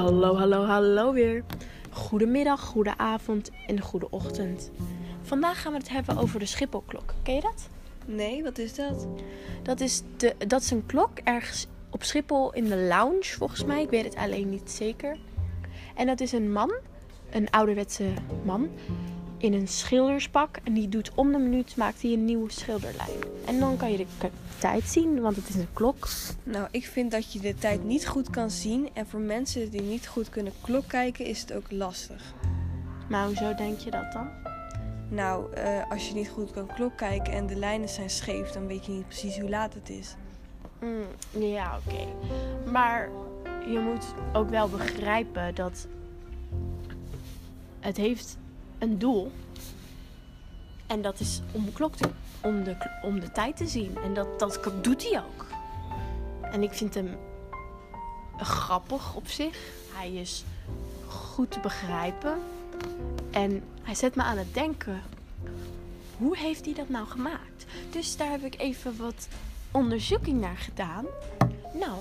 Hallo, hallo, hallo weer. Goedemiddag, goede avond en goede ochtend. Vandaag gaan we het hebben over de Schipholklok. Ken je dat? Nee, wat is dat? Dat is een klok ergens op Schiphol in de lounge, volgens mij. Ik weet het alleen niet zeker. En dat is een man, een ouderwetse man, in een schilderspak. En die doet om de minuut, maakt hij een nieuwe schilderlijn. En dan kan je de tijd zien, want het is een klok. Nou, ik vind dat je de tijd niet goed kan zien. En voor mensen die niet goed kunnen klok kijken, is het ook lastig. Maar hoezo denk je dat dan? Nou, als je niet goed kan klok kijken en de lijnen zijn scheef, dan weet je niet precies hoe laat het is. Ja, oké. Maar je moet ook wel begrijpen dat het heeft een doel. En dat is om de tijd te zien. En dat doet hij ook. En ik vind hem grappig op zich. Hij is goed te begrijpen. En hij zet me aan het denken. Hoe heeft hij dat nou gemaakt? Dus daar heb ik even wat onderzoeking naar gedaan. Nou,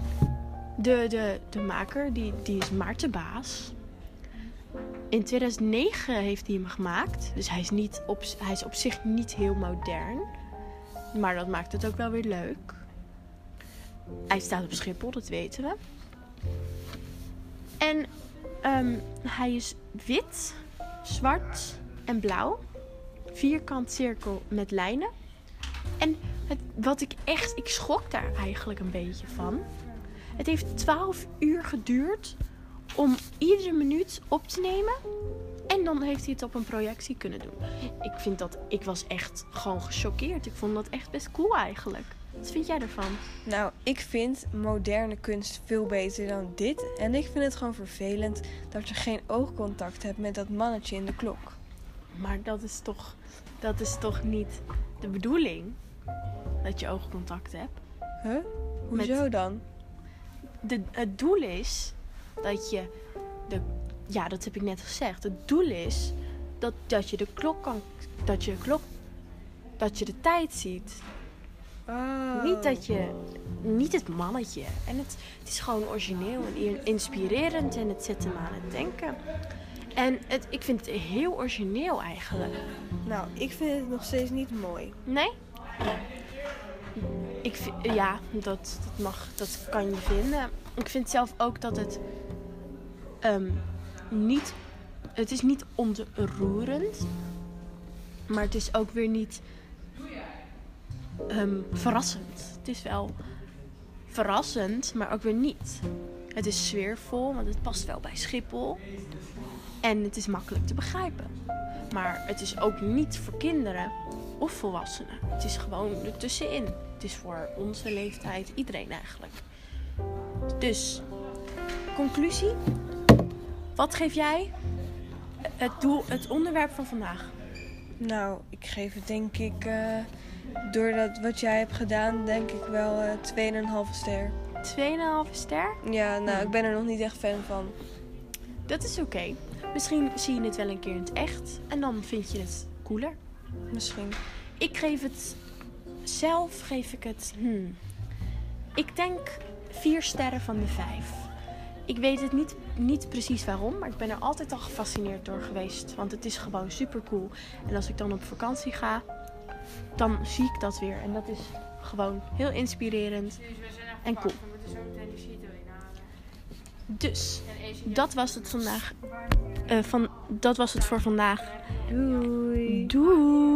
de maker, die is Maarten Baas. In 2009 heeft hij hem gemaakt. Dus hij is op zich niet heel modern. Maar dat maakt het ook wel weer leuk. Hij staat op Schiphol, dat weten we. En hij is wit, zwart en blauw. Vierkant cirkel met lijnen. En ik schrok daar eigenlijk een beetje van. Het heeft 12 uur geduurd om iedere minuut op te nemen. En dan heeft hij het op een projectie kunnen doen. Ik was echt gewoon gechoqueerd. Ik vond dat echt best cool eigenlijk. Wat vind jij ervan? Nou, ik vind moderne kunst veel beter dan dit. En ik vind het gewoon vervelend dat je geen oogcontact hebt met dat mannetje in de klok. Maar dat is toch niet de bedoeling? Dat je oogcontact hebt? Huh? Hoezo dan? Het doel is dat je dat heb ik net gezegd. Het doel is dat je de klok kan, dat je de tijd ziet. Oh. Niet het mannetje. En het is gewoon origineel en inspirerend en het zet hem aan het denken. En ik vind het heel origineel eigenlijk. Nou, ik vind het nog steeds niet mooi. Nee? Dat kan je vinden. Ik vind zelf ook dat het het is niet ontroerend, maar het is ook weer niet verrassend. Het is wel verrassend, maar ook weer niet. Het is sfeervol, want het past wel bij Schiphol. En het is makkelijk te begrijpen. Maar het is ook niet voor kinderen of volwassenen. Het is gewoon ertussenin. Het is voor onze leeftijd, iedereen eigenlijk. Dus, conclusie. Wat geef jij het onderwerp van vandaag? Nou, ik geef het denk ik, door dat wat jij hebt gedaan, denk ik wel 2,5 ster. 2,5 ster? Ja, nou, ik ben er nog niet echt fan van. Dat is oké. Misschien zie je het wel een keer in het echt en dan vind je het cooler. Misschien. Ik geef het ik denk 4 sterren van de 5. Ik weet het niet precies waarom, maar ik ben er altijd al gefascineerd door geweest. Want het is gewoon super cool. En als ik dan op vakantie ga, dan zie ik dat weer. En dat is gewoon heel inspirerend en cool. Dus, dat was het vandaag. Dat was het voor vandaag. Doei. Doei.